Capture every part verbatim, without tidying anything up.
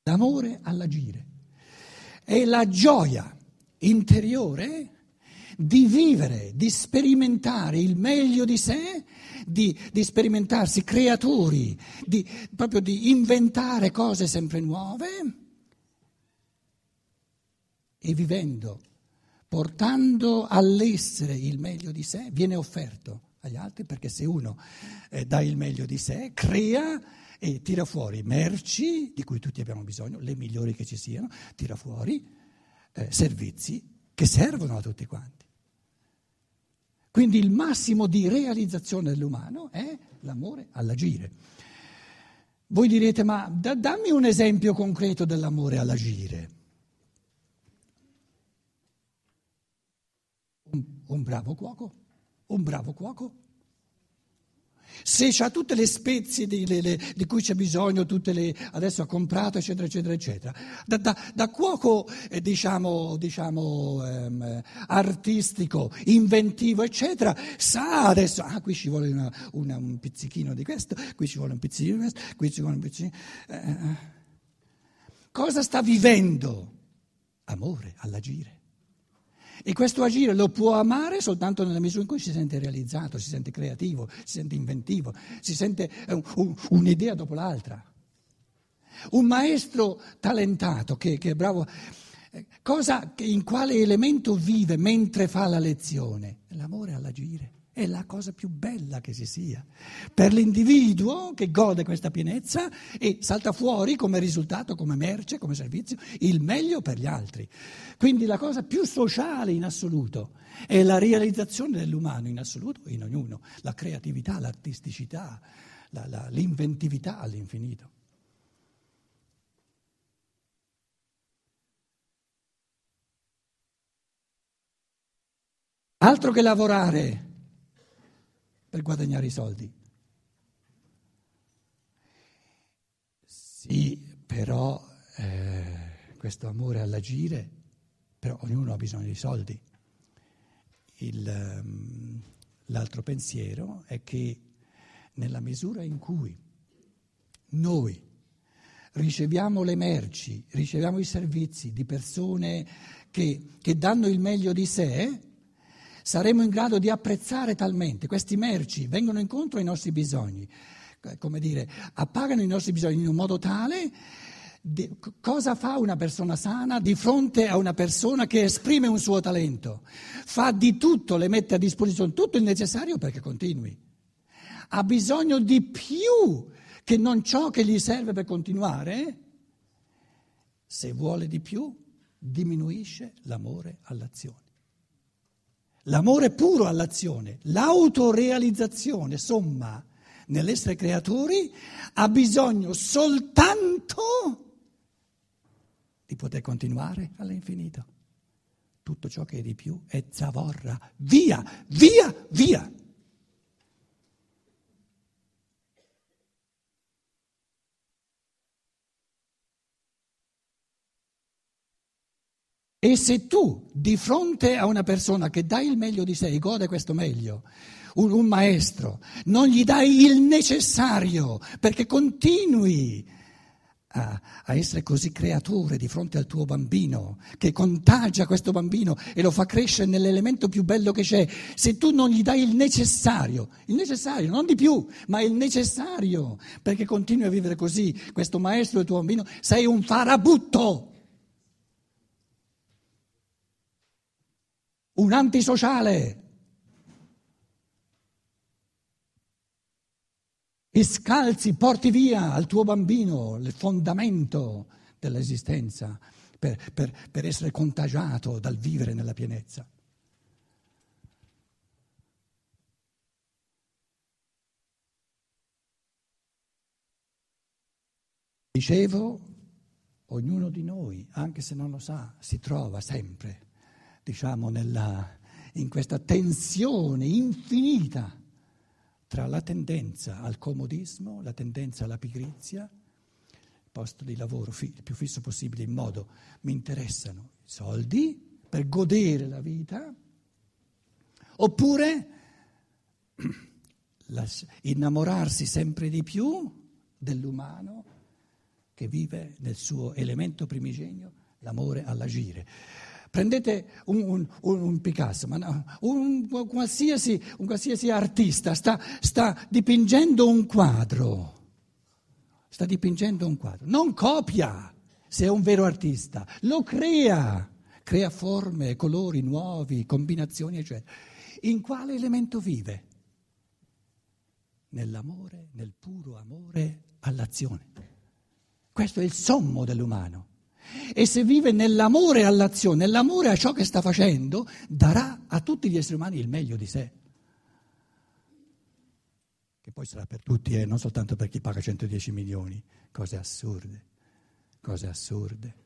l'amore all'agire. È la gioia interiore di vivere, di sperimentare il meglio di sé, di, di sperimentarsi creatori, di, proprio di inventare cose sempre nuove e vivendo, portando all'essere il meglio di sé, viene offerto agli altri, perché se uno eh, dà il meglio di sé, crea e tira fuori merci di cui tutti abbiamo bisogno, le migliori che ci siano, tira fuori eh, servizi che servono a tutti quanti. Quindi il massimo di realizzazione dell'umano è l'amore all'agire. Voi direte, ma da, dammi un esempio concreto dell'amore all'agire. Un, un bravo cuoco, un bravo cuoco. Se c'ha tutte le spezie di, le, le, di cui c'è bisogno, tutte le, adesso ha comprato, eccetera, eccetera, eccetera. Da, da, da cuoco, eh, diciamo, diciamo ehm, artistico, inventivo, eccetera, sa adesso, ah, qui ci vuole una, una, un pizzichino di questo, qui ci vuole un pizzichino di questo, qui ci vuole un pizzichino. Eh, cosa sta vivendo? Amore all'agire. E questo agire lo può amare soltanto nella misura in cui si sente realizzato, si sente creativo, si sente inventivo, si sente un, un, un'idea dopo l'altra. Un maestro talentato che, che è bravo, cosa, in quale elemento vive mentre fa la lezione? L'amore all'agire. È la cosa più bella che ci sia per l'individuo che gode questa pienezza e salta fuori come risultato, come merce, come servizio, il meglio per gli altri. Quindi la cosa più sociale in assoluto è la realizzazione dell'umano in assoluto in ognuno, la creatività, l'artisticità, la, la, l'inventività all'infinito. Altro che lavorare per guadagnare i soldi. Sì, però eh, questo amore all'agire, però ognuno ha bisogno di soldi. Il, um, l'altro pensiero è che nella misura in cui noi riceviamo le merci, riceviamo i servizi di persone che, che danno il meglio di sé, saremo in grado di apprezzare talmente, questi merci vengono incontro ai nostri bisogni, come dire, appagano i nostri bisogni in un modo tale, di, cosa fa una persona sana di fronte a una persona che esprime un suo talento? Fa di tutto, le mette a disposizione tutto il necessario perché continui. Ha bisogno di più che non ciò che gli serve per continuare. Se vuole di più, diminuisce l'amore all'azione. L'amore puro all'azione, l'autorealizzazione, somma, nell'essere creatori, ha bisogno soltanto di poter continuare all'infinito. Tutto ciò che è di più è zavorra, via, via, via. E se tu, di fronte a una persona che dà il meglio di sé e gode questo meglio, un, un maestro, non gli dai il necessario perché continui a, a essere così creatore di fronte al tuo bambino, che contagia questo bambino e lo fa crescere nell'elemento più bello che c'è, se tu non gli dai il necessario, il necessario, non di più, ma il necessario, perché continui a vivere così, questo maestro del tuo bambino, sei un farabutto. Un antisociale, e scalzi, porti via al tuo bambino il fondamento dell'esistenza per, per, per essere contagiato dal vivere nella pienezza. Dicevo, ognuno di noi, anche se non lo sa, si trova sempre, diciamo, nella, in questa tensione infinita tra la tendenza al comodismo, la tendenza alla pigrizia, il posto di lavoro fi- il più fisso possibile in modo mi interessano i soldi per godere la vita, oppure la, innamorarsi sempre di più dell'umano che vive nel suo elemento primigenio, l'amore all'agire. Prendete un, un, un, un Picasso, ma no, un, un, qualsiasi, un qualsiasi artista sta, sta dipingendo un quadro, sta dipingendo un quadro, non copia se è un vero artista, lo crea, crea forme, colori nuovi, combinazioni, eccetera. In quale elemento vive? Nell'amore, nel puro amore all'azione. Questo è il sommo dell'umano. E se vive nell'amore all'azione, nell'amore a ciò che sta facendo, darà a tutti gli esseri umani il meglio di sé. Che poi sarà per tutti, eh, non soltanto per chi paga centodieci milioni. Cose assurde, cose assurde.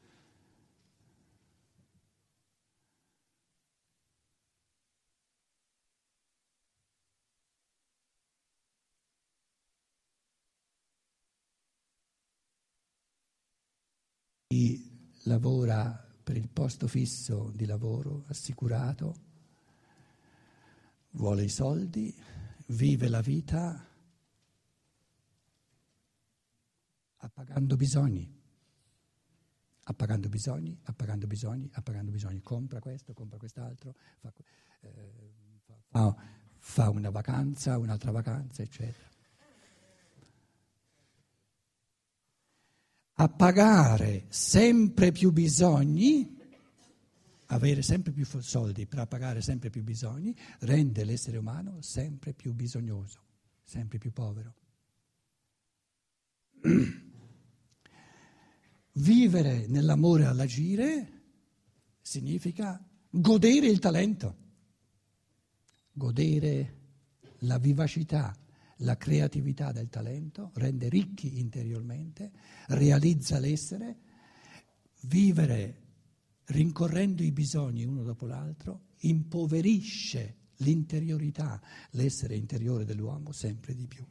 Chi lavora per il posto fisso di lavoro assicurato, vuole i soldi, vive la vita appagando bisogni, appagando bisogni, appagando bisogni, appagando bisogni, compra questo, compra quest'altro, fa, eh, fa, fa una vacanza, un'altra vacanza, eccetera. Appagare sempre più bisogni, avere sempre più soldi per appagare sempre più bisogni, rende l'essere umano sempre più bisognoso, sempre più povero. Vivere nell'amore all'agire significa godere il talento, godere la vivacità, la creatività del talento, rende ricchi interiormente, realizza l'essere, vivere rincorrendo i bisogni uno dopo l'altro, impoverisce l'interiorità, l'essere interiore dell'uomo sempre di più.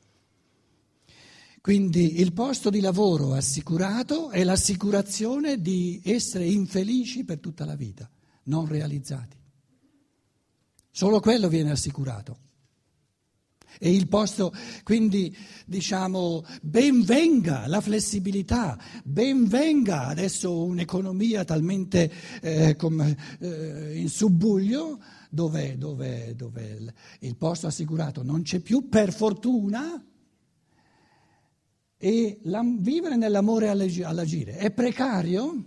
Quindi il posto di lavoro assicurato è l'assicurazione di essere infelici per tutta la vita, non realizzati. Solo quello viene assicurato. E il posto, quindi diciamo, ben venga la flessibilità, ben venga adesso un'economia talmente eh, come, eh, in subbuglio dove, dove, dove il posto assicurato non c'è più, per fortuna, e la, vivere nell'amore all'agire è precario.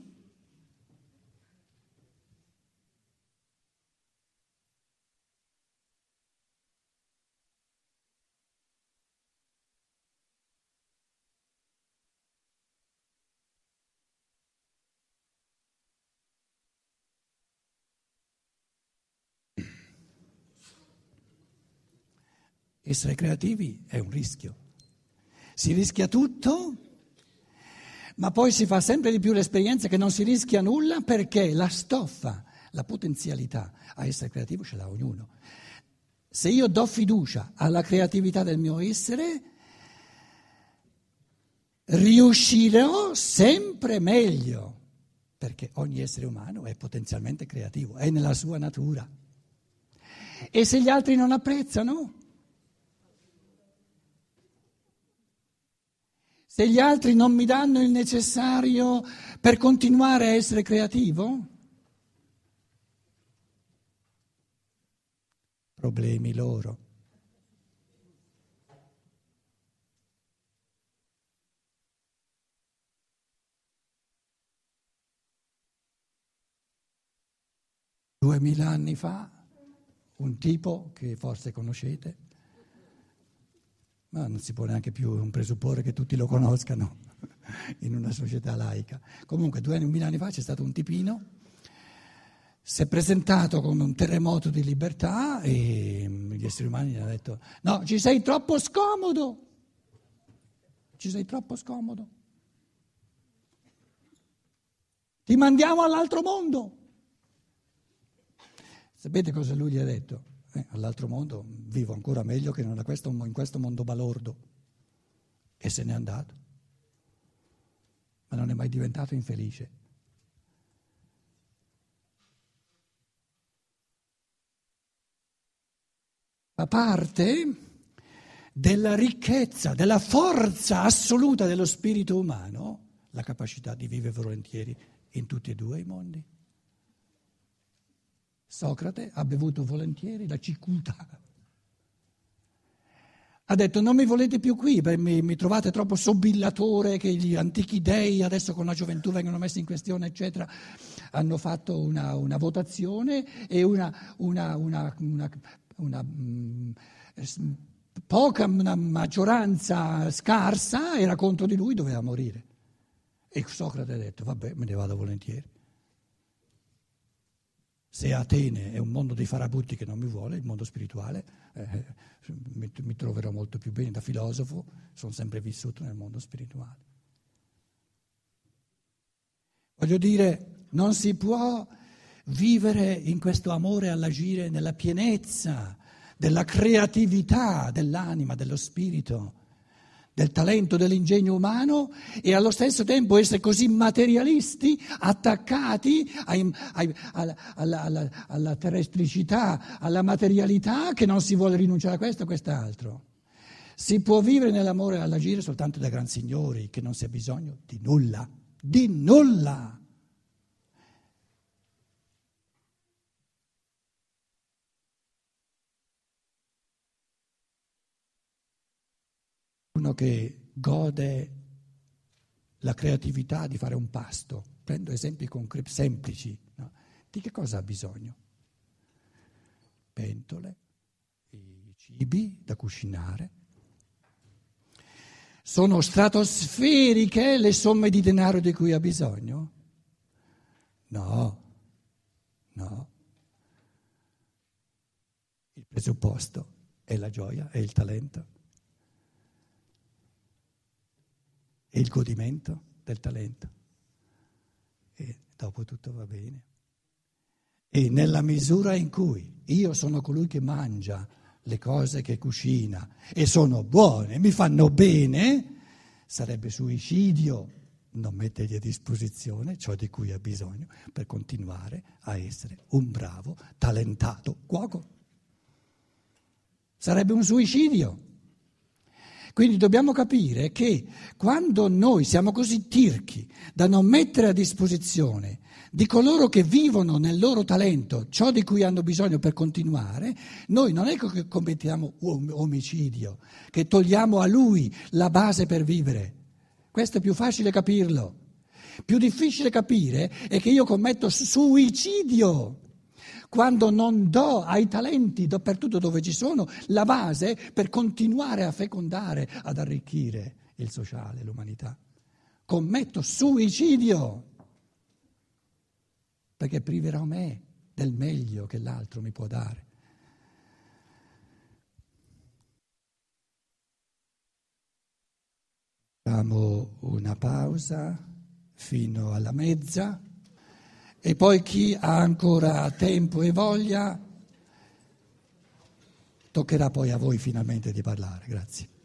Essere creativi è un rischio. Si rischia tutto, ma poi si fa sempre di più l'esperienza che non si rischia nulla perché la stoffa, la potenzialità a essere creativo ce l'ha ognuno. Se io do fiducia alla creatività del mio essere, riuscirò sempre meglio, perché ogni essere umano è potenzialmente creativo, è nella sua natura. E se gli altri non apprezzano? Se gli altri non mi danno il necessario per continuare a essere creativo? Problemi loro. Duemila anni fa, un tipo che forse conoscete, ma non si può neanche più presupporre che tutti lo conoscano in una società laica. Comunque, duemila anni fa c'è stato un tipino, si è presentato come un terremoto di libertà e gli esseri umani gli hanno detto: no, ci sei troppo scomodo, ci sei troppo scomodo, ti mandiamo all'altro mondo. Sapete cosa lui gli ha detto? Eh, all'altro mondo vivo ancora meglio che non questo, in questo mondo balordo. E se n'è andato. Ma non è mai diventato infelice. Fa parte della ricchezza, della forza assoluta dello spirito umano, la capacità di vivere volentieri in tutti e due i mondi. Socrate ha bevuto volentieri la cicuta. Ha detto: non mi volete più qui, beh, mi, mi trovate troppo sobillatore, che gli antichi dei adesso con la gioventù vengono messi in questione, eccetera. Hanno fatto una, una votazione e una, una, una, una, una mh, poca una maggioranza scarsa era contro di lui, doveva morire. E Socrate ha detto: vabbè, me ne vado volentieri. Se Atene è un mondo dei farabutti che non mi vuole, il mondo spirituale, eh, mi, mi troverò molto più bene da filosofo, sono sempre vissuto nel mondo spirituale. Voglio dire, non si può vivere in questo amore all'agire nella pienezza della creatività dell'anima, dello spirito, del talento, dell'ingegno umano, e allo stesso tempo essere così materialisti, attaccati ai, ai, alla, alla, alla, alla terrestricità, alla materialità, che non si vuole rinunciare a questo o a quest'altro. Si può vivere nell'amore all'agire soltanto da gran signori, che non si ha bisogno di nulla, di nulla. Uno che gode la creatività di fare un pasto, prendo esempi concreti, semplici, no? Di che cosa ha bisogno? Pentole, i cibi da cucinare. Sono stratosferiche le somme di denaro di cui ha bisogno? No, no. Il presupposto è la gioia, è il talento. E il godimento del talento. E dopo tutto va bene. E nella misura in cui io sono colui che mangia le cose che cucina e sono buone, mi fanno bene, sarebbe suicidio non mettergli a disposizione ciò di cui ha bisogno per continuare a essere un bravo, talentato cuoco. Sarebbe un suicidio. Quindi dobbiamo capire che quando noi siamo così tirchi da non mettere a disposizione di coloro che vivono nel loro talento ciò di cui hanno bisogno per continuare, noi non è che commettiamo omicidio, che togliamo a lui la base per vivere. Questo è più facile capirlo. Più difficile capire è che io commetto suicidio quando non do ai talenti, dappertutto dove ci sono, la base per continuare a fecondare, ad arricchire il sociale, l'umanità. Commetto suicidio, perché priverò me del meglio che l'altro mi può dare. Facciamo una pausa fino alla mezza. E poi chi ha ancora tempo e voglia, toccherà poi a voi finalmente di parlare. Grazie.